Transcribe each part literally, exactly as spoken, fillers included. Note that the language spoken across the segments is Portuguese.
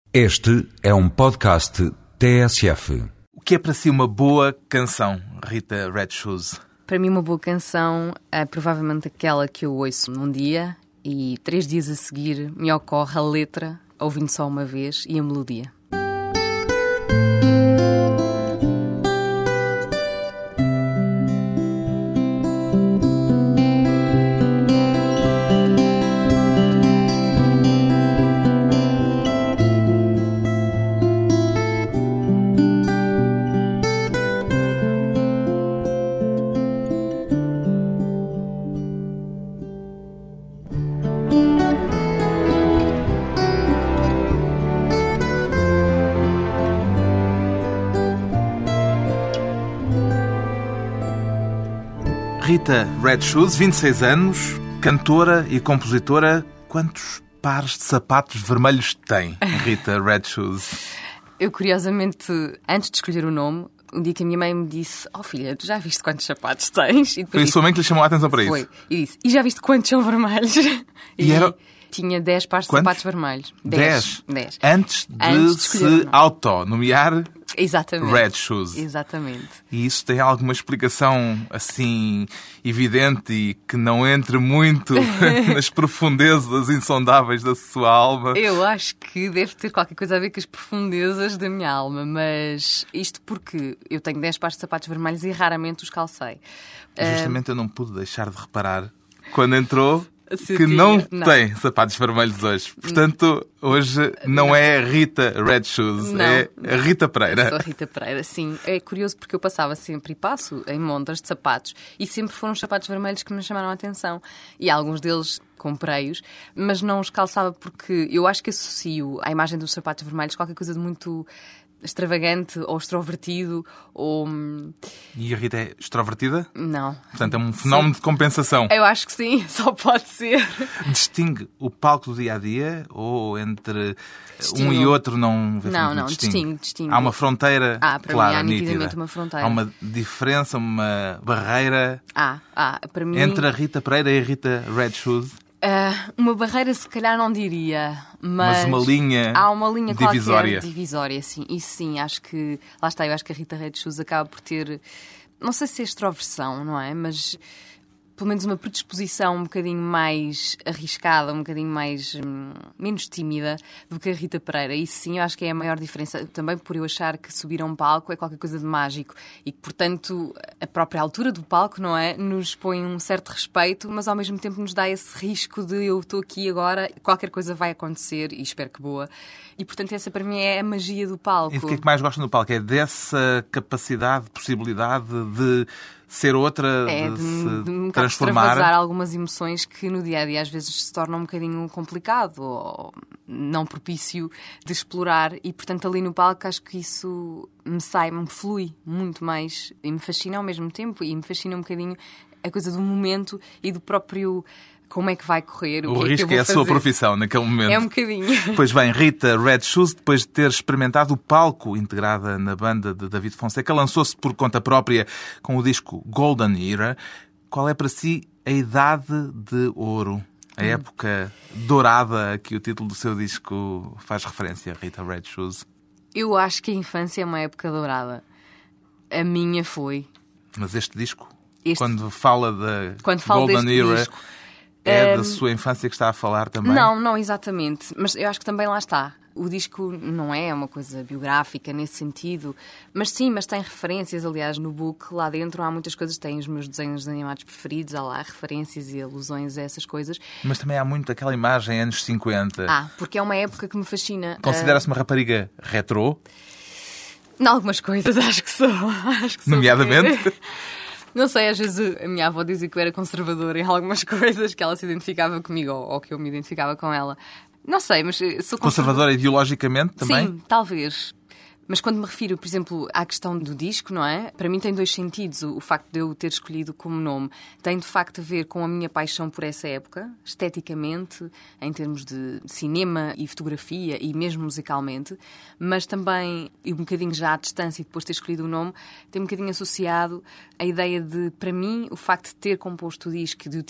Este é um podcast T S F. O que é para si uma boa canção, Rita Red Shoes? Para mim uma boa canção é provavelmente aquela que eu ouço num dia e três dias a seguir me ocorre a letra, ouvindo só uma vez, e a melodia. Rita Red Shoes, vinte e seis anos, cantora e compositora. Quantos pares de sapatos vermelhos tem, Rita Red Shoes? Eu, curiosamente, antes de escolher o nome, um dia que a minha mãe me disse: "Oh filha, tu já viste quantos sapatos tens?" E Foi a sua mãe que lhe chamou a atenção para isso? Foi. E disse: "E já viste quantos são vermelhos?" E, e era... tinha dez pares de Quantos? sapatos vermelhos. Dez? Dez. Antes de, Antes de se auto-nomear Exatamente. Red Shoes. Exatamente. E isso tem alguma explicação, assim, evidente e que não entre muito nas profundezas insondáveis da sua alma? Eu acho que deve ter qualquer coisa a ver com as profundezas da minha alma, mas isto porque eu tenho dez pares de sapatos vermelhos e raramente os calcei. Justamente uh... eu não pude deixar de reparar, quando entrou, Se que não, não tem sapatos vermelhos hoje. Portanto, hoje não, não. é Rita Red Shoes, não. É a Rita Pereira. Sou a Rita Pereira, sim. É curioso porque eu passava sempre e passo em montas de sapatos e sempre foram os sapatos vermelhos que me chamaram a atenção. E alguns deles comprei-os, mas não os calçava porque eu acho que associo à imagem dos sapatos vermelhos qualquer coisa de muito extravagante ou extrovertido ou... E a Rita é extrovertida? Não. Portanto, é um fenómeno sim. de compensação. Eu acho que sim, só pode ser. Distingue o palco do dia-a-dia ou entre distingo. um e outro não... Não, não, distingue, distingue. Há uma fronteira ah, para clara, mim há nítida. nitidamente uma fronteira. Há uma diferença, uma barreira ah, ah, para mim... entre a Rita Pereira e a Rita Red Shoes? Uh, uma barreira se calhar não diria, mas, mas uma linha há uma linha divisória. Qualquer divisória, sim. Isso sim, acho que lá está, eu acho que a Rita Red Shoes acaba por ter, não sei se é extroversão, não é? Mas pelo menos uma predisposição um bocadinho mais arriscada, um bocadinho mais hum, menos tímida do que a Rita Pereira. Isso sim, eu acho que é a maior diferença. Também por eu achar que subir a um palco é qualquer coisa de mágico e que, portanto, a própria altura do palco, não é? Nos põe um certo respeito, mas ao mesmo tempo nos dá esse risco de eu estou aqui agora, qualquer coisa vai acontecer e espero que boa. E, portanto, essa para mim é a magia do palco. E o que é que mais gosta no palco? É dessa capacidade, possibilidade de ser outra, é, de, de se de um transformar? Extravasar algumas emoções que no dia-a-dia às vezes se tornam um bocadinho complicado ou não propício de explorar e, portanto, ali no palco acho que isso me sai, me flui muito mais e me fascina ao mesmo tempo e me fascina um bocadinho a coisa do momento e do próprio... Como é que vai correr? O, o que é risco que eu vou é a fazer? sua profissão naquele momento. É um bocadinho. Pois bem, Rita Red Shoes, depois de ter experimentado o palco integrada na banda de David Fonseca, lançou-se por conta própria com o disco Golden Era. Qual é para si a idade de ouro? A hum. época dourada a que o título do seu disco faz referência, Rita Red Shoes? Eu acho que a infância é uma época dourada. A minha foi. Mas este disco, este... quando fala da quando falo Golden Era... Disco... É um... da sua infância que está a falar também? Não, não exatamente. Mas eu acho que também lá está. O disco não é uma coisa biográfica nesse sentido. Mas sim, mas tem referências. Aliás, no book, lá dentro, há muitas coisas. Tem os meus desenhos animados preferidos. Há lá referências e alusões a essas coisas. Mas também há muito aquela imagem anos cinquenta. Ah, porque é uma época que me fascina. Considera-se uma rapariga retrô? Em algumas coisas, acho que sou. Acho que sou Nomeadamente? Porque... Não sei, às vezes a minha avó dizia que eu era conservadora em algumas coisas, que ela se identificava comigo ou, ou que eu me identificava com ela. Não sei, mas sou conservadora. Conservadora ideologicamente também? Sim, talvez. Mas quando me refiro, por exemplo, à questão do disco, não é? Para mim tem dois sentidos. O, o facto de eu ter escolhido como nome tem de facto a ver com a minha paixão por essa época, esteticamente, em termos de cinema e fotografia e mesmo musicalmente, mas também, e um bocadinho já à distância, depois de ter escolhido o nome, tem um bocadinho associado a ideia de, para mim, o facto de ter composto o disco, de o ter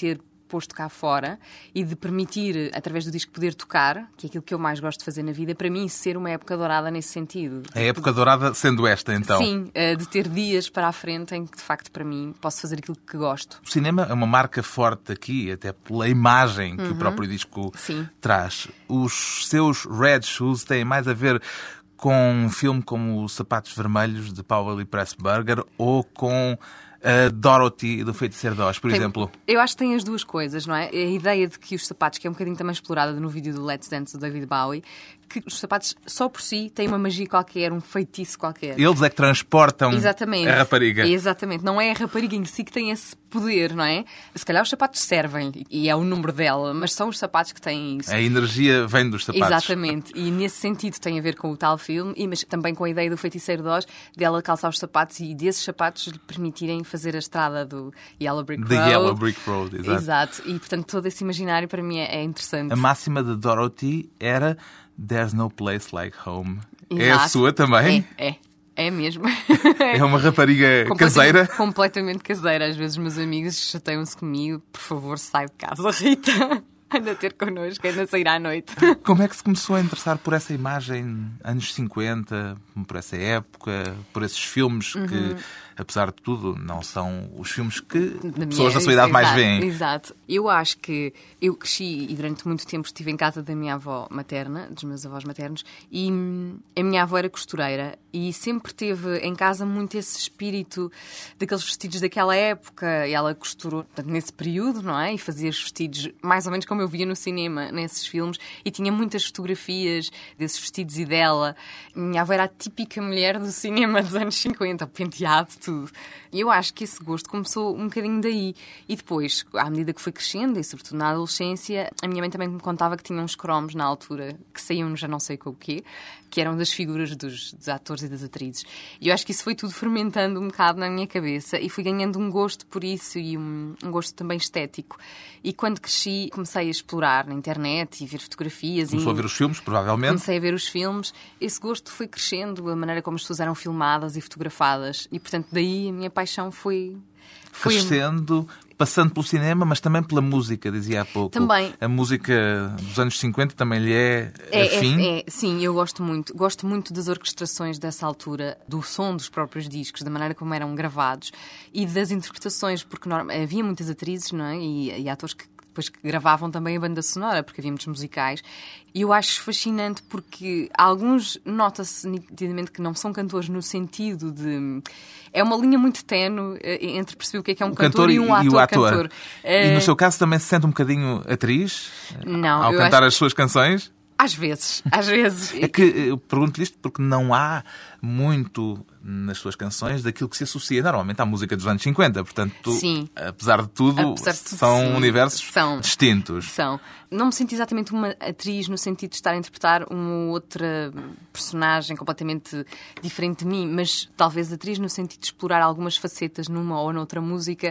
posto cá fora e de permitir, através do disco, poder tocar, que é aquilo que eu mais gosto de fazer na vida, para mim ser uma época dourada nesse sentido. A época dourada sendo esta, então? Sim, de ter dias para a frente em que, de facto, para mim, posso fazer aquilo que gosto. O cinema é uma marca forte aqui, até pela imagem que uhum. o próprio disco Sim. traz. Os seus Red Shoes têm mais a ver com um filme como Os Sapatos Vermelhos, de Powell e Pressburger, ou com a Dorothy, do Feiticeiro de Oz, por tem, exemplo? Eu acho que tem as duas coisas, não é? A ideia de que os sapatos, que é um bocadinho também explorada no vídeo do Let's Dance do David Bowie, que os sapatos só por si têm uma magia qualquer, um feitiço qualquer. Eles é que transportam Exatamente. a rapariga. Exatamente. Não é a rapariga em si que tem esse poder, não é? Se calhar os sapatos servem e é o número dela, mas são os sapatos que têm isso. A energia vem dos sapatos. Exatamente. E nesse sentido tem a ver com o tal filme, mas também com a ideia do Feiticeiro de Oz, dela calçar os sapatos e desses sapatos lhe permitirem fazer a estrada do Yellow Brick Road. The Yellow Brick Road, exato. Exato. E, portanto, todo esse imaginário para mim é, é interessante. A máxima de Dorothy era There's no place like home. Exato. É a sua também? É, é. É mesmo. É uma rapariga completamente, caseira? Completamente caseira. Às vezes meus amigos chateiam-se comigo. Por favor, sai de casa, Rita. Anda a ter connosco, anda a sair à noite. Como é que se começou a interessar por essa imagem, anos cinquenta, por essa época, por esses filmes que, uhum. apesar de tudo, não são os filmes que da pessoas minha, da sua idade mais veem? Exato. Eu acho que eu cresci e durante muito tempo estive em casa da minha avó materna, dos meus avós maternos, e a minha avó era costureira e sempre teve em casa muito esse espírito daqueles vestidos daquela época. E ela costurou, portanto, nesse período, não é? E fazia os vestidos mais ou menos como eu via no cinema, nesses filmes, e tinha muitas fotografias desses vestidos e dela. Minha avó era a típica mulher do cinema dos anos cinquenta, o penteado, tudo. E eu acho que esse gosto começou um bocadinho daí. E depois, à medida que fui crescendo, e sobretudo na adolescência, a minha mãe também me contava que tinha uns cromos na altura, que saíam já não sei com o quê, que eram das figuras dos, dos atores e das atrizes. E eu acho que isso foi tudo fermentando um bocado na minha cabeça e fui ganhando um gosto por isso e um, um gosto também estético. E quando cresci, comecei a explorar na internet e ver fotografias. Começou e... a ver os filmes, provavelmente? Comecei a ver os filmes. Esse gosto foi crescendo, a maneira como as pessoas eram filmadas e fotografadas. E, portanto, daí a minha paixão foi... foi... Crescendo, passando pelo cinema, mas também pela música, dizia há pouco. Também. A música dos anos cinquenta também lhe é, é afim? É, é, sim, eu gosto muito. Gosto muito das orquestrações dessa altura, do som dos próprios discos, da maneira como eram gravados e das interpretações, porque norma, havia muitas atrizes, não é? e, e atores que depois que gravavam também a banda sonora, porque havia muitos musicais. E eu acho fascinante porque alguns nota-se nitidamente que não são cantores no sentido de... É uma linha muito ténue entre perceber o que é que é um o cantor, cantor e um ator, e o ator. cantor. E no seu caso também se sente um bocadinho atriz? Não. Ao eu cantar acho... as suas canções? Às vezes, às vezes. É que eu pergunto-lhe isto porque não há muito nas suas canções daquilo que se associa normalmente à música dos anos cinquenta. Portanto, sim. apesar de tudo, apesar de tudo são sim. universos são. distintos. São. Não me sinto exatamente uma atriz no sentido de estar a interpretar uma outra personagem completamente diferente de mim, mas talvez atriz no sentido de explorar algumas facetas numa ou noutra música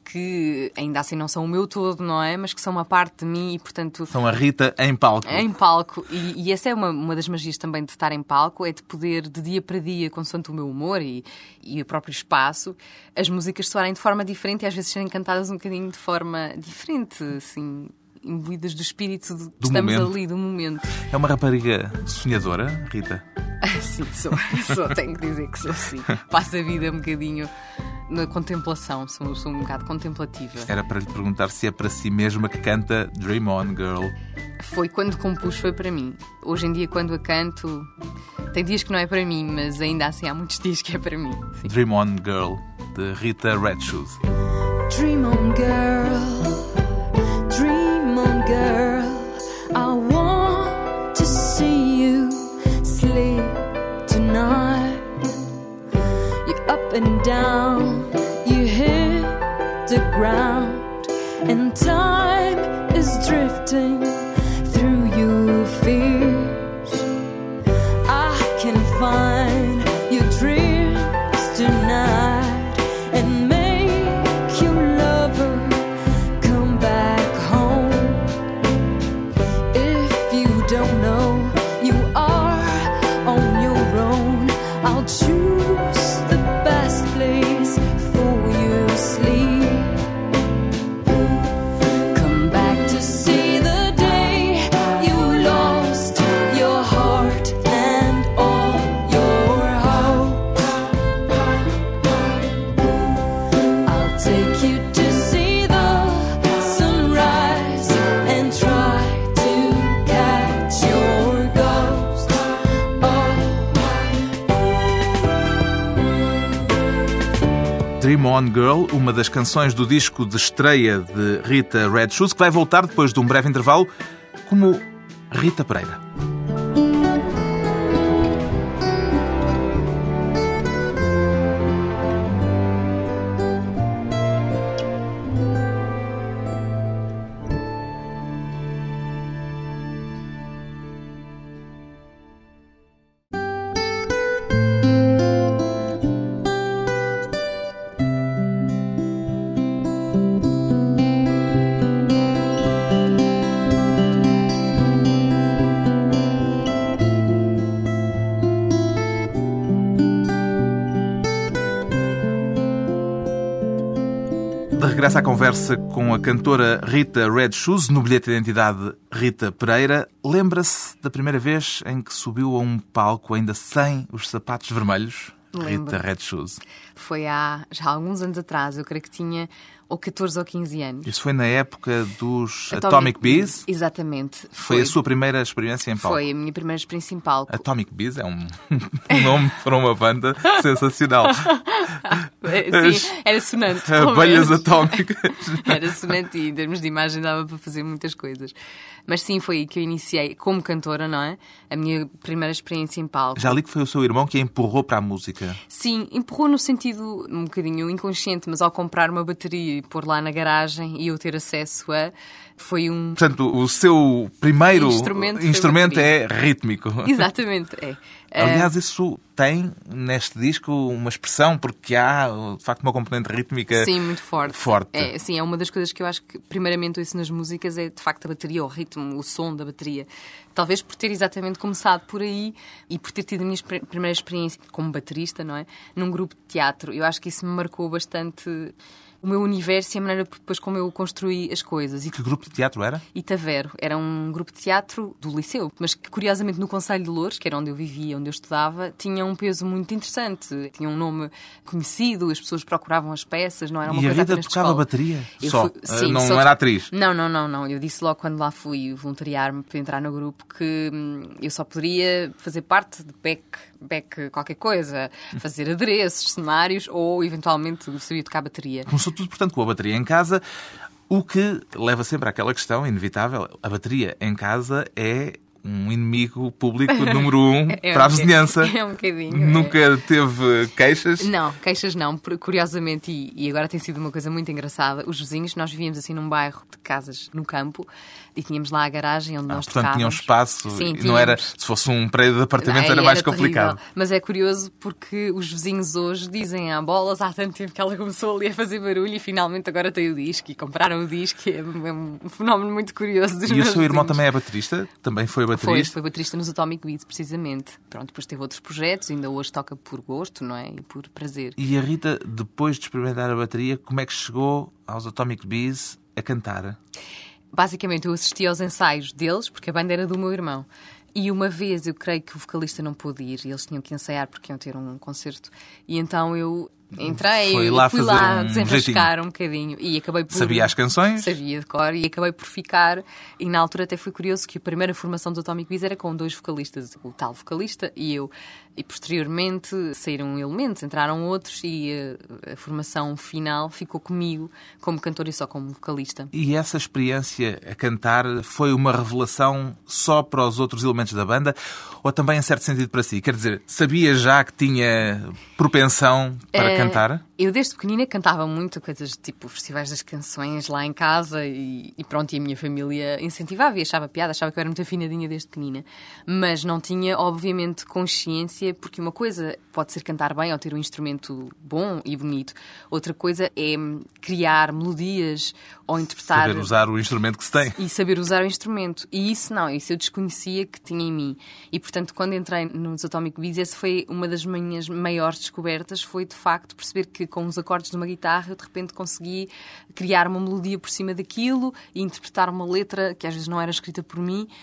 que ainda assim não são o meu todo, não é? Mas que são uma parte de mim e, portanto... São a Rita em palco. Em palco. E, e essa é uma, uma das magias também de estar em palco, é de poder, de dia para dia, consoante o meu humor e, e o próprio espaço, as músicas soarem de forma diferente e às vezes serem cantadas um bocadinho de forma diferente, assim... imbuídas do espírito de, do estamos momento. ali, do momento. É uma rapariga sonhadora, Rita? Sim, sou. sou. Tenho que dizer que sou assim. Passo a vida um bocadinho na contemplação. Sou, sou um bocado contemplativa. Era para lhe perguntar se é para si mesma que canta Dream On, Girl. Foi quando compus, foi para mim. Hoje em dia, quando a canto, tem dias que não é para mim, mas ainda assim há muitos dias que é para mim. Sim. Dream On, Girl, de Rita Red Shoes. Dream on, girl. Dream on, girl. I want to see you sleep tonight. You're up and down, you hit the ground, and time is drifting through your fears. I can find your dreams tonight and make your lover come back home. If you don't know you are on your own, I'll choose the best place for your sleep. Come Dream On Girl, uma das canções do disco de estreia de Rita Red Shoes, que vai voltar depois de um breve intervalo como Rita Pereira. De regresso à conversa com a cantora Rita Red Shoes, no bilhete de identidade Rita Pereira, lembra-se da primeira vez em que subiu a um palco ainda sem os sapatos vermelhos? Lembro. Rita Red Shoes. Foi há já há alguns anos atrás, eu creio que tinha ou catorze ou quinze anos. Isso foi na época dos Atomic, Atomic Bees? Exatamente. Foi. foi a sua primeira experiência em palco? Foi a minha primeira experiência em palco. Atomic Bees é um nome para uma banda sensacional. Sim, era sonante. Abelhas atómicas. Era sonante e em termos de imagem dava para fazer muitas coisas. Mas sim, foi aí que eu iniciei como cantora, não é? A minha primeira experiência em palco. Já li que foi o seu irmão que a empurrou para a música. Sim, empurrou no sentido um bocadinho inconsciente, mas ao comprar uma bateria e pôr lá na garagem e eu ter acesso a... Foi um... Portanto, o seu primeiro instrumento, instrumento é rítmico. Exatamente, é. Aliás, isso tem neste disco uma expressão, porque há, de facto, uma componente rítmica sim, muito forte. forte. É, sim, é uma das coisas que eu acho que, primeiramente, ouço nas músicas é, de facto, a bateria, o ritmo, o som da bateria. Talvez por ter exatamente começado por aí e por ter tido a minha primeira experiência como baterista, não é? Num grupo de teatro. Eu acho que isso me marcou bastante... o meu universo e a maneira depois como eu construí as coisas. E que grupo de teatro era? Itavero. Era um grupo de teatro do liceu, mas que curiosamente no Concelho de Loures, que era onde eu vivia, onde eu estudava, tinha um peso muito interessante. Tinha um nome conhecido, as pessoas procuravam as peças, não era uma e coisa a Rita tocava bateria? Eu só? Fui, sim, não só era atriz? Não, não, não, não. Eu disse logo quando lá fui voluntariar-me para entrar no grupo que hum, eu só poderia fazer parte de back, back qualquer coisa, fazer adereços, cenários ou eventualmente sabia tocar bateria. Começou tudo, portanto, com a bateria em casa, o que leva sempre àquela questão inevitável. A bateria em casa é um inimigo público número um é para um a vizinhança. É um bocadinho. Nunca é. teve queixas? Não, queixas não. Curiosamente, e, e agora tem sido uma coisa muito engraçada, os vizinhos, nós vivíamos assim num bairro de casas no campo e tínhamos lá a garagem onde ah, nós portanto, tocávamos. tinha um espaço. Sim, e não era, se fosse um prédio de apartamentos Ai, era mais era complicado. Terrível. Mas é curioso porque os vizinhos hoje dizem a bolas há tanto tempo que ela começou ali a fazer barulho e finalmente agora tem o disco e compraram o disco. É um fenómeno muito curioso dos E meus o seu irmão vizinhos. também é baterista? Também foi baterista? Foi, foi baterista nos Atomic Bees, precisamente. Pronto, depois teve outros projetos, ainda hoje toca por gosto, não é? E por prazer. E a Rita, depois de experimentar a bateria, como é que chegou aos Atomic Bees a cantar? Basicamente, eu assisti aos ensaios deles, porque a banda era do meu irmão. E uma vez, eu creio que o vocalista não pôde ir, e eles tinham que ensaiar porque iam ter um concerto. E então eu entrei Foi e lá fui fazer lá um desenrascar jeitinho. um bocadinho. E acabei por... Sabia as canções? Sabia de cor e acabei por ficar. E na altura até foi curioso que a primeira formação do Atomic Bees era com dois vocalistas, o tal vocalista e eu. E posteriormente saíram elementos, entraram outros e a, a formação final ficou comigo como cantor e só como vocalista. E essa experiência a cantar foi uma revelação só para os outros elementos da banda ou também em certo sentido para si? Quer dizer, sabia já que tinha propensão para é... cantar? Eu desde pequenina cantava muito coisas tipo festivais das canções lá em casa e, e pronto, e a minha família incentivava e achava piada, achava que eu era muito afinadinha desde pequenina. Mas não tinha, obviamente, consciência, porque uma coisa pode ser cantar bem ou ter um instrumento bom e bonito. Outra coisa é criar melodias ou interpretar... Saber usar o instrumento que se tem. E saber usar o instrumento. E isso não, isso eu desconhecia que tinha em mim. E, portanto, quando entrei nos Atomic Bees, essa foi uma das minhas maiores descobertas, foi, de facto, perceber que com os acordes de uma guitarra eu de repente consegui criar uma melodia por cima daquilo e interpretar uma letra que às vezes não era escrita por mim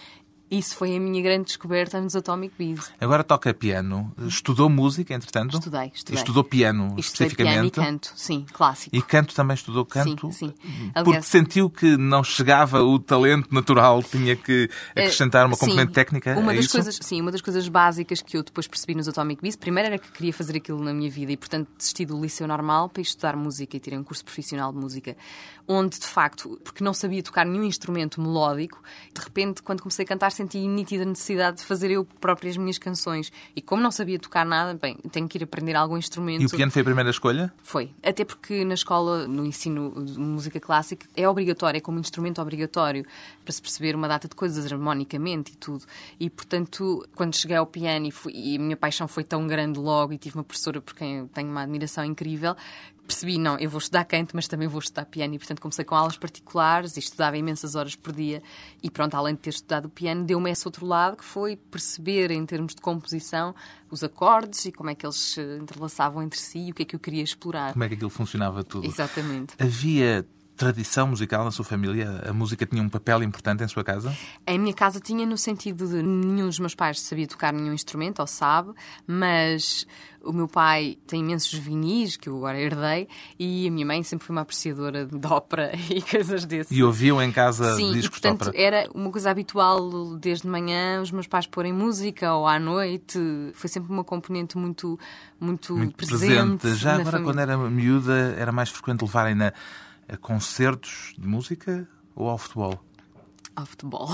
Isso foi a minha grande descoberta nos Atomic Beats. Agora toca piano. Estudou música, entretanto? Estudei, estudei. Estudou piano, Estudei especificamente? piano e canto, sim, clássico. E canto também estudou canto? Sim, sim. Porque Aliás, sentiu que não chegava o talento natural, tinha que acrescentar uma sim, componente técnica? Uma é das isso? coisas, sim, uma das coisas básicas que eu depois percebi nos Atomic Beats, primeiro era que queria fazer aquilo na minha vida e, portanto, desisti do liceu normal para ir estudar música e tirei um curso profissional de música, onde, de facto, porque não sabia tocar nenhum instrumento melódico, de repente, quando comecei a cantar, senti nítida necessidade de fazer eu própria as minhas canções. E como não sabia tocar nada, bem, tenho que ir aprender algum instrumento. E o piano foi a primeira escolha? Foi. Até porque na escola, no ensino de música clássica, é obrigatório, é como instrumento obrigatório, para se perceber uma data de coisas harmonicamente e tudo. E, portanto, quando cheguei ao piano e, fui, e a minha paixão foi tão grande logo e tive uma professora por quem eu tenho uma admiração incrível, percebi, não, eu vou estudar canto, mas também vou estudar piano. E, portanto, comecei com aulas particulares e estudava imensas horas por dia. E, pronto, além de ter estudado o piano, deu-me esse outro lado, que foi perceber, em termos de composição, os acordes e como é que eles se entrelaçavam entre si e o que é que eu queria explorar. Como é que aquilo funcionava tudo? Exatamente. Havia tradição musical na sua família? A música tinha um papel importante em sua casa? Em minha casa tinha, no sentido de nenhum dos meus pais sabia tocar nenhum instrumento, ou sabe, mas o meu pai tem imensos vinis, que eu agora herdei, e a minha mãe sempre foi uma apreciadora de ópera e coisas desses. E ouviam em casa Sim, discos e, portanto, de ópera? era uma coisa habitual desde de manhã os meus pais porem música ou à noite. Foi sempre uma componente muito, muito, Muito presente. presente. Já na agora, família. quando era miúda, era mais frequente levarem-na a concertos de música ou ao futebol? Ao futebol.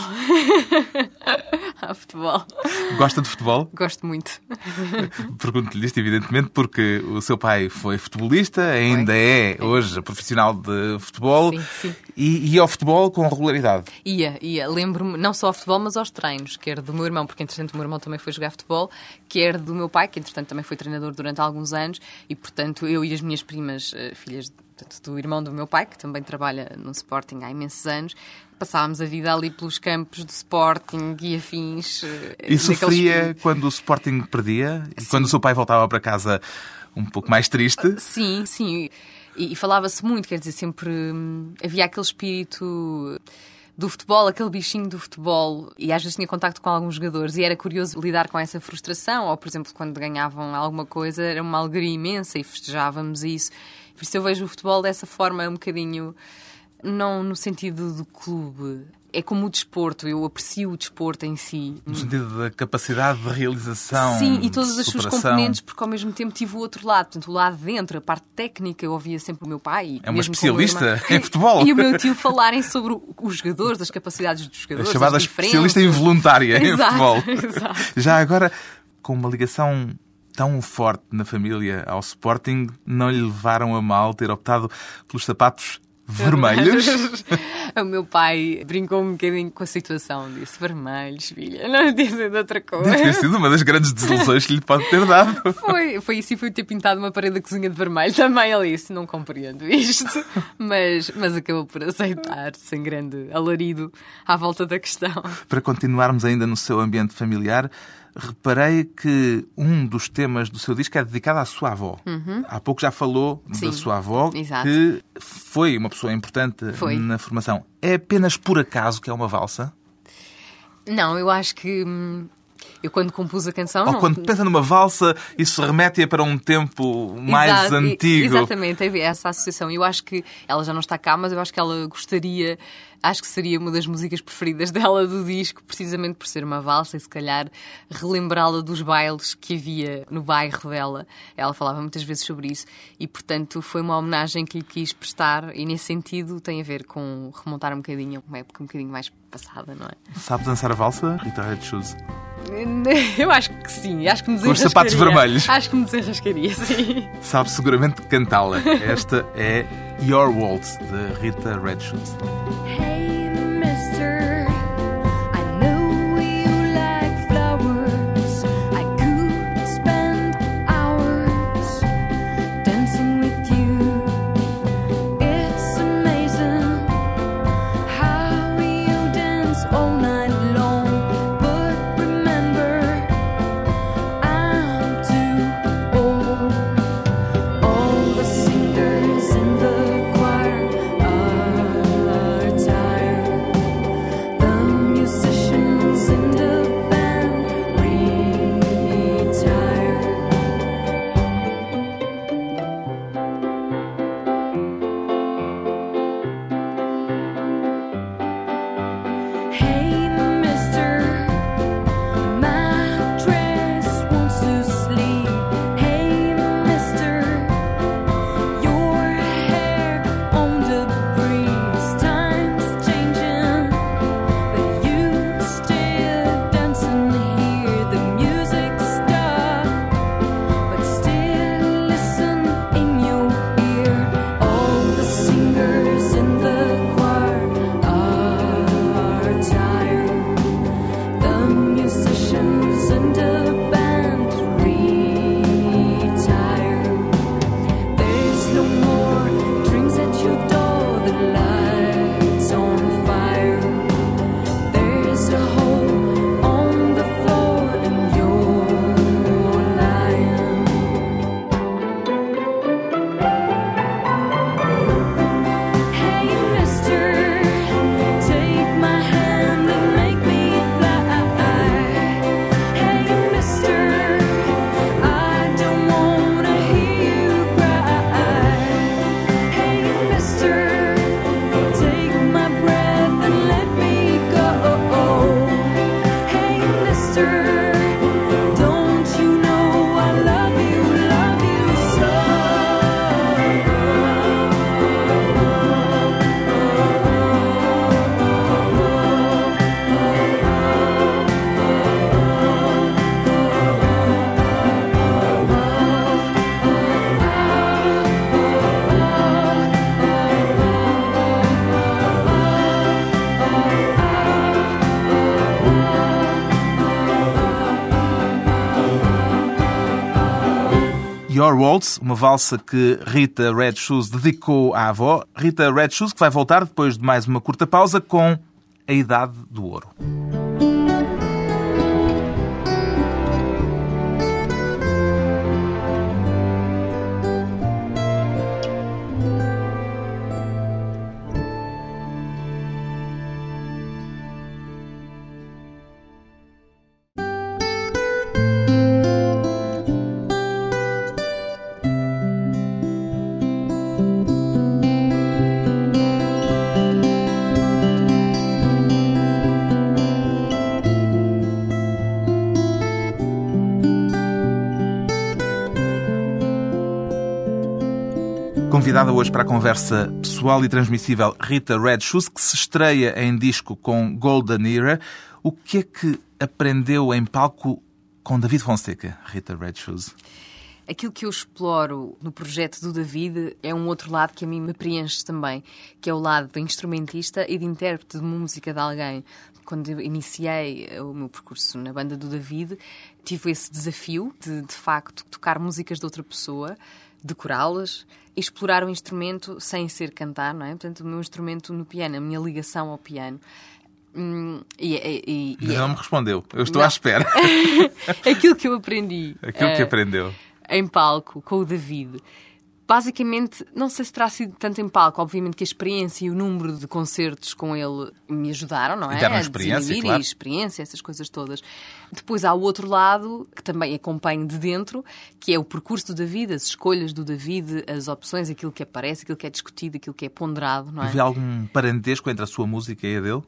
Ao futebol. Gosta de futebol? Gosto muito. Pergunto-lhe isto, evidentemente, porque o seu pai foi futebolista, ainda é hoje profissional de futebol. Sim, sim. E ia ao futebol com regularidade. Ia, ia. Lembro-me, não só ao futebol, mas aos treinos, quer do meu irmão, porque entretanto o meu irmão também foi jogar futebol, quer do meu pai, que entretanto também foi treinador durante alguns anos, e portanto eu e as minhas primas, filhas portanto, do irmão do meu pai, que também trabalha no Sporting há imensos anos, passávamos a vida ali pelos campos do Sporting e afins. E sofria quando o Sporting perdia? E quando o seu pai voltava para casa um pouco mais triste? Sim, sim. E, e falava-se muito, quer dizer, sempre hum, havia aquele espírito do futebol, aquele bichinho do futebol, e às vezes tinha contacto com alguns jogadores e era curioso lidar com essa frustração, ou por exemplo quando ganhavam alguma coisa era uma alegria imensa e festejávamos isso. Por isso eu vejo o futebol dessa forma um bocadinho, não no sentido do clube, é como o desporto, eu aprecio o desporto em si. No sentido da capacidade de realização. Sim, e todas as suas superação. componentes, porque ao mesmo tempo tive o outro lado, portanto, o lado de dentro, a parte técnica, eu ouvia sempre o meu pai. É uma mesmo com o meu especialista irmão. em futebol. E o meu tio falarem sobre os jogadores, as capacidades dos A jogadores, chamada as especialista diferenças. involuntária em Exato, futebol. exato. Já agora, com uma ligação tão forte na família ao Sporting, não lhe levaram a mal ter optado pelos sapatos vermelhos? O meu pai brincou um bocadinho com a situação. Disse, vermelhos, filha, não dizem de outra coisa. Deve ter sido uma das grandes desilusões que lhe pode ter dado. Foi, foi isso e foi ter pintado uma parede da cozinha de vermelho. Também ele disse, não compreendo isto. Mas, mas acabou por aceitar, sem grande alarido, à volta da questão. Para continuarmos ainda no seu ambiente familiar, reparei que um dos temas do seu disco é dedicado à sua avó. Uhum. Há pouco já falou Sim, da sua avó, exato. que foi uma pessoa importante Foi. na formação. É apenas por acaso que é uma valsa? Não, eu acho que... hum, eu quando compus a canção... Ou não... quando pensa numa valsa, isso remete-a para um tempo mais Exato, antigo? Exatamente, é essa associação. Eu acho que ela já não está cá, mas eu acho que ela gostaria... Acho que seria uma das músicas preferidas dela do disco, precisamente por ser uma valsa e se calhar relembrá-la dos bailes que havia no bairro dela. Ela falava muitas vezes sobre isso e, portanto, foi uma homenagem que lhe quis prestar e, nesse sentido, tem a ver com remontar um bocadinho a uma época um bocadinho mais passada, não é? Sabe dançar a valsa, Rita Red Shoes? Eu acho que sim, acho que me Com os desenrascaria. sapatos vermelhos. Acho que me desenrascaria, sim. Sabe seguramente cantá-la. Esta é Your Waltz, de Rita Red Shoes. Hey, mister, I know you like flowers. I could spend hours dancing with you. It's amazing how you dance all night long. But remember, I'm too old. All the singers in the choir are tired. Your Waltz, uma valsa que Rita Red Shoes dedicou à avó. Rita Red Shoes, que vai voltar depois de mais uma curta pausa com A Idade do Ouro. Convidada hoje para a conversa pessoal e transmissível Rita Red Shoes, que se estreia em disco com Golden Era. O que é que aprendeu em palco com David Fonseca, Rita Red Shoes? Aquilo que eu exploro no projeto do David é um outro lado que a mim me preenche também, que é o lado de instrumentista e de intérprete de música de alguém. Quando eu iniciei o meu percurso na banda do David, tive esse desafio de, de facto, tocar músicas de outra pessoa, decorá-las e explorar o instrumento sem ser cantar, não é? Portanto, o meu instrumento no piano, a minha ligação ao piano. Hum, e, e, e, não me respondeu. Eu estou não. à espera. Aquilo que eu aprendi. Aquilo uh, que aprendeu. Em palco, com o David. Basicamente, não sei se terá sido tanto em palco. Obviamente que a experiência e o número de concertos com ele me ajudaram, não é? Deram experiência, claro. E experiência, essas coisas todas. Depois há o outro lado, que também acompanho de dentro, que é o percurso do David, as escolhas do David, as opções, aquilo que aparece, aquilo que é discutido, aquilo que é ponderado, não é? Havia algum parentesco entre a sua música e a dele?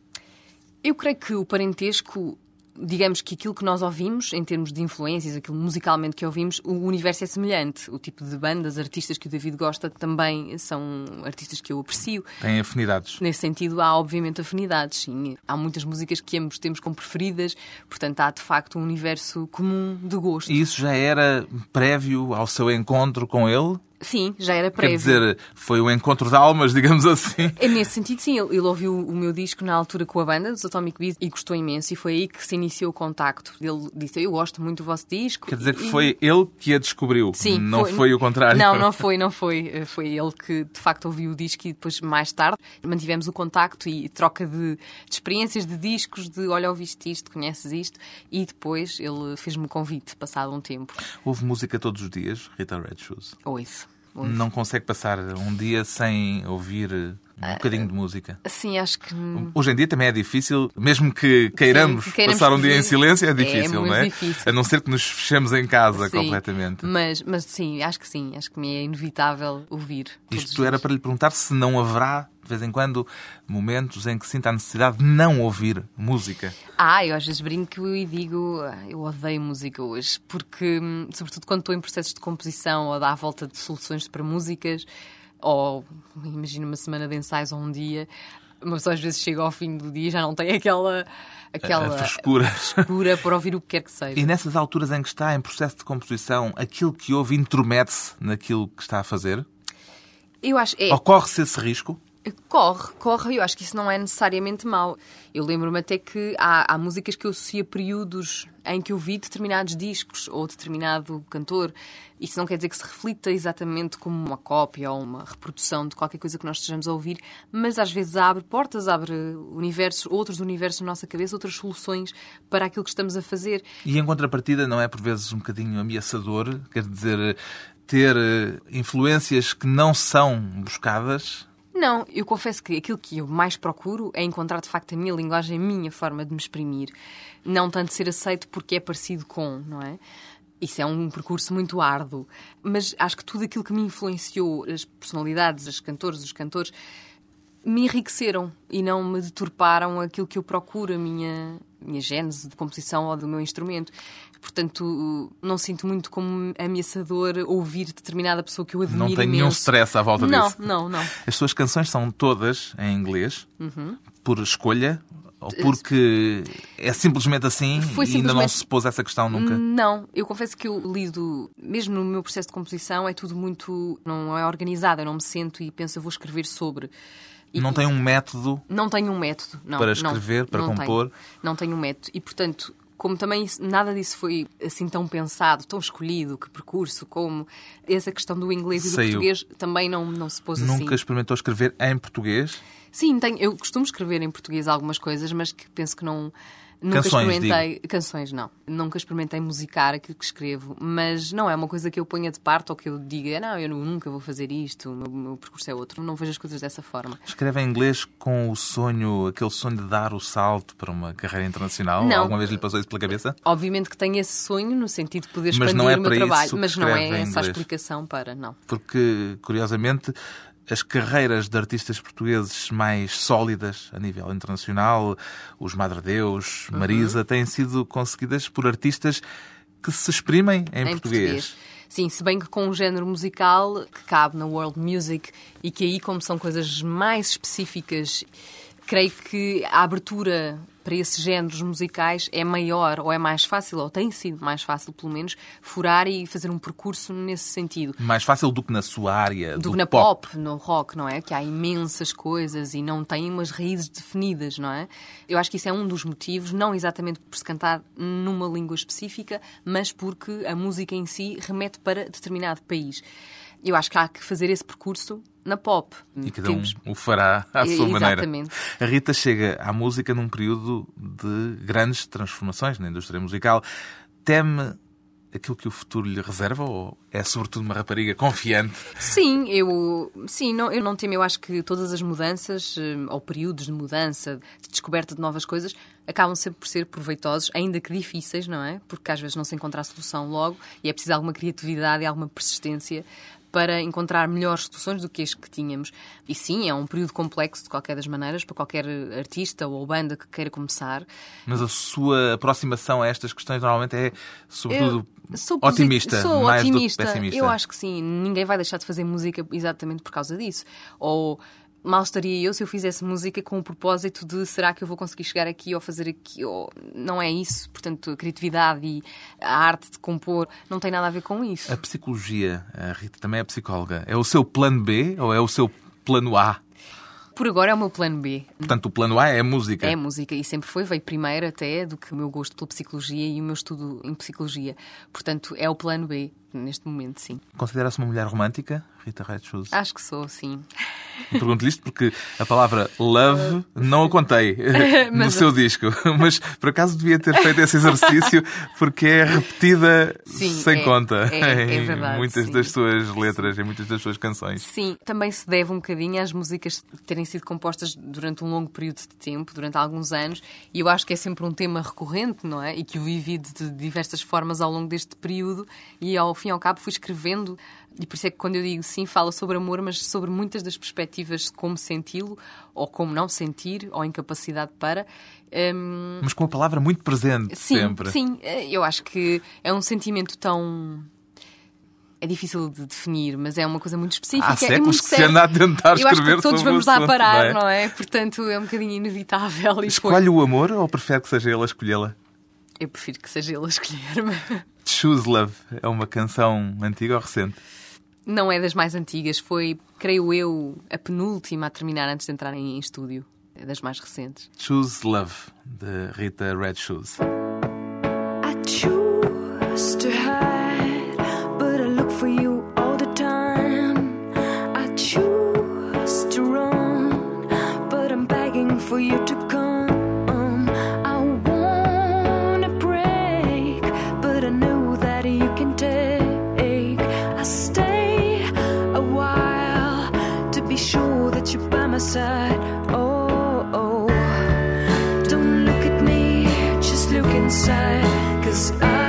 Eu creio que o parentesco... Digamos que aquilo que nós ouvimos, em termos de influências, aquilo musicalmente que ouvimos, o universo é semelhante. O tipo de bandas, artistas que o David gosta também são artistas que eu aprecio. Têm afinidades. Nesse sentido, há obviamente afinidades, sim. Há muitas músicas que ambos temos como preferidas, portanto há de facto um universo comum de gosto. E isso já era prévio ao seu encontro com ele? Sim, já era prévio. Quer dizer, foi um encontro de almas, digamos assim. É nesse sentido, sim. Ele, ele ouviu o meu disco na altura com a banda dos Atomic Beats e gostou imenso. E foi aí que se iniciou o contacto. Ele disse, eu gosto muito do vosso disco. Quer dizer que e... foi ele que a descobriu, sim, não foi... foi o contrário. Não, não foi, não foi. Foi ele que, de facto, ouviu o disco e depois, mais tarde, mantivemos o contacto e troca de, de experiências, de discos, de olha, ouviste isto, conheces isto. E depois ele fez-me o convite, passado um tempo. Houve música todos os dias, Rita Red Shoes? Ouço. Não consegue passar um dia sem ouvir um bocadinho de música? Sim, acho que... Hoje em dia também é difícil, mesmo que queiramos, Sim, queiramos passar um dia fugir. em silêncio, é difícil, é muito não é? Difícil. A não ser que nos fechemos em casa sim, completamente. Mas, mas sim, acho que sim. Acho que me é inevitável ouvir. Isto era para lhe perguntar se não haverá, de vez em quando, momentos em que sinta a necessidade de não ouvir música. Ah, eu às vezes brinco e digo, eu odeio música hoje, porque, sobretudo quando estou em processos de composição ou dar a volta de soluções para músicas, ou imagina uma semana de ensaios ou um dia, mas às vezes chega ao fim do dia e já não tem aquela, aquela a frescura. frescura para ouvir o que quer que seja. E nessas alturas em que está em processo de composição, aquilo que ouve intromete-se naquilo que está a fazer? Eu acho, é... Ocorre-se esse risco? Corre, corre, eu acho que isso não é necessariamente mau. Eu lembro-me até que há, há músicas que eu associo a períodos em que eu vi determinados discos ou determinado cantor. Isso não quer dizer que se reflita exatamente como uma cópia ou uma reprodução de qualquer coisa que nós estejamos a ouvir, mas às vezes abre portas, abre universos, outros universos na nossa cabeça, outras soluções para aquilo que estamos a fazer. E em contrapartida não é por vezes um bocadinho ameaçador? Quer dizer, ter influências que não são buscadas? Não, eu confesso que aquilo que eu mais procuro é encontrar de facto a minha linguagem, a minha forma de me exprimir. Não tanto ser aceito porque é parecido com, não é? Isso é um percurso muito árduo. Mas acho que tudo aquilo que me influenciou, as personalidades, os cantores, os cantores, me enriqueceram e não me deturparam aquilo que eu procuro, a minha, minha gênese de composição ou do meu instrumento. Portanto, não sinto muito como ameaçador ouvir determinada pessoa que eu admiro imenso. Não tem nenhum stress à volta não, disso? Não, não, não. As suas canções são todas em inglês, uhum. por escolha? Ou porque é simplesmente assim Foi e simplesmente... ainda não se pôs essa questão nunca? Não, eu confesso que eu lido, mesmo no meu processo de composição, é tudo muito... não é organizado, eu não me sento e penso, eu vou escrever sobre... E não tem um método? Não tenho um método, não. Para escrever, não, para não compor? Tenho, não tenho um método. E, portanto, como também isso, nada disso foi assim tão pensado, tão escolhido, que percurso, como essa questão do inglês e do Saiu. português também não, não se pôs assim. Nunca experimentou escrever em português? Sim, tenho, eu costumo escrever em português algumas coisas, mas que penso que não... Nunca Canções, experimentei... Canções, não. Nunca experimentei musicar aquilo que escrevo, mas não é uma coisa que eu ponha de parte ou que eu diga, não, eu nunca vou fazer isto, o meu, o meu percurso é outro. Não vejo as coisas dessa forma. Escreve em inglês com o sonho, aquele sonho de dar o salto para uma carreira internacional? Não. Alguma vez lhe passou isso pela cabeça? Obviamente que tenho esse sonho no sentido de poder Mas expandir não é o meu para trabalho, isso que mas não escreve é em essa a inglês. explicação para, não. Porque, curiosamente, as carreiras de artistas portugueses mais sólidas a nível internacional, os Madre Deus, Marisa, uhum. têm sido conseguidas por artistas que se exprimem em, em português. português. Sim, se bem que com um género musical que cabe na world music e que aí, como são coisas mais específicas, creio que a abertura para esses géneros musicais é maior ou é mais fácil, ou tem sido mais fácil, pelo menos, furar e fazer um percurso nesse sentido. Mais fácil do que na sua área, do do que na pop. pop, no rock, não é? Que há imensas coisas e não tem umas raízes definidas, não é? Eu acho que isso é um dos motivos, não exatamente por se cantar numa língua específica, mas porque a música em si remete para determinado país. Eu acho que há que fazer esse percurso na pop. E cada Temos... um o fará à sua Exatamente. maneira. A Rita chega à música num período de grandes transformações na indústria musical. Teme aquilo que o futuro lhe reserva ou é sobretudo uma rapariga confiante? Sim, eu, sim não, eu não temo. Eu acho que todas as mudanças, ou períodos de mudança, de descoberta de novas coisas, acabam sempre por ser proveitosos, ainda que difíceis, não é? Porque às vezes não se encontra a solução logo e é preciso alguma criatividade e alguma persistência para encontrar melhores soluções do que as que tínhamos. E sim, é um período complexo, de qualquer das maneiras, para qualquer artista ou banda que queira começar. Mas a sua aproximação a estas questões normalmente é, sobretudo, sou otimista, sou mais otimista. do que pessimista. Eu acho que sim. Ninguém vai deixar de fazer música exatamente por causa disso. Ou... mal estaria eu se eu fizesse música com o propósito de será que eu vou conseguir chegar aqui ou fazer aqui, ou não é isso. Portanto, a criatividade e a arte de compor não tem nada a ver com isso. A psicologia, a Rita também é psicóloga, é o seu plano B ou é o seu plano A? Por agora é o meu plano B. Portanto, o plano A é a música. É a música e sempre foi, veio primeiro até do que o meu gosto pela psicologia e o meu estudo em psicologia. Portanto, é o plano B, neste momento, sim. Considera-se uma mulher romântica, Rita Red Shoes? Acho que sou, sim. Pergunto-lhe isto porque a palavra love não a contei no Mas... seu disco, mas por acaso devia ter feito esse exercício porque é repetida sim, sem é, conta é, é em verdade, muitas sim. das suas letras, em muitas das suas canções. Sim, também se deve um bocadinho às músicas terem sido compostas durante um longo período de tempo, durante alguns anos, e eu acho que é sempre um tema recorrente, não é? E que eu vivi de diversas formas ao longo deste período e ao fim e ao cabo fui escrevendo. E por isso é que quando eu digo sim, falo sobre amor, mas sobre muitas das perspectivas de como senti-lo, ou como não sentir, ou incapacidade para. Hum... Mas com a palavra muito presente sim, sempre. Sim, eu acho que é um sentimento tão... É difícil de definir, mas é uma coisa muito específica. Há séculos é muito que se anda a tentar escrever sobre o assunto. Eu acho que todos vamos lá parar, não é? não é? Portanto, é um bocadinho inevitável. E Escolhe foi... o amor ou prefere que seja ele a escolhê-la? Eu prefiro que seja ele a escolher-me. Choose Love é uma canção antiga ou recente? Não é das mais antigas. Foi, creio eu, a penúltima a terminar antes de entrar em estúdio. É das mais recentes. Choose Love, de Rita Red Shoes. I choose to hide, but I look for you all the time. I choose to run, but I'm begging for you to come. I wanna break, but I know that you can take. I stay a while to be sure that you're by my side. Oh, oh, don't look at me, just look inside, 'cause I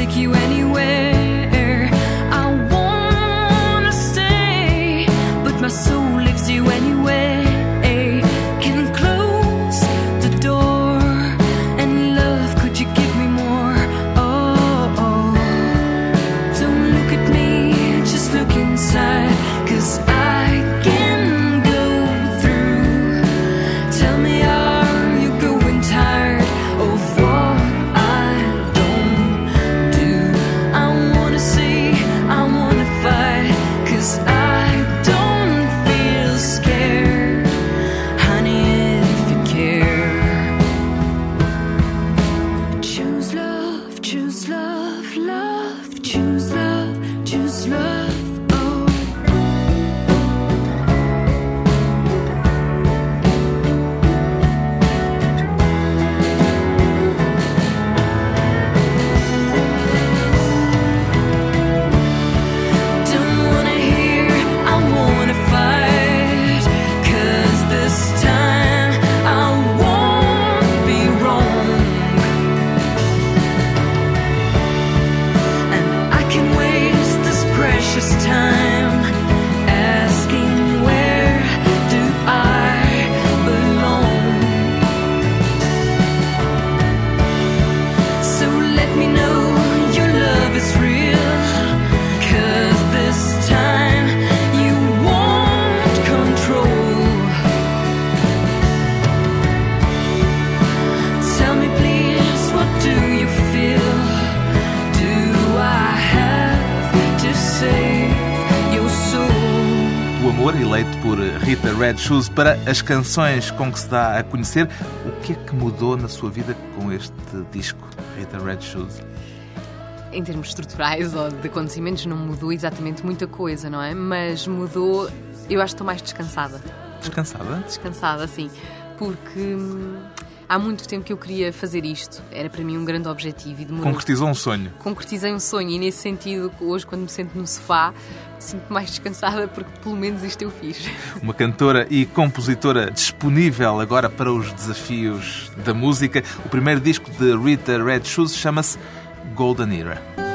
take you anywhere. I wanna stay, but my soul leaves you anyway. Can close the door, and love, could you give me more? Oh, oh. Don't look at me, just look inside, 'cause I can go through. Tell me, are you growing tired of what I don't do? I wanna see, I wanna fight, 'cause I don't feel scared, honey, if you care. Choose love, choose love, love, choose love, choose love. Eleito por Rita Red Shoes para as canções com que se dá a conhecer. O que é que mudou na sua vida com este disco, Rita Red Shoes? Em termos estruturais ou de acontecimentos não mudou exatamente muita coisa, não é? Mas mudou, eu acho que estou mais descansada. Descansada? Descansada, sim. Porque hum, há muito tempo que eu queria fazer isto. Era para mim um grande objetivo. E demorou... Concretizou um sonho. Concretizei um sonho e nesse sentido, hoje quando me sento no sofá, sinto-me mais descansada porque pelo menos isto eu fiz. Uma cantora e compositora disponível agora para os desafios da música. O primeiro disco de Rita Red Shoes chama-se Golden Era.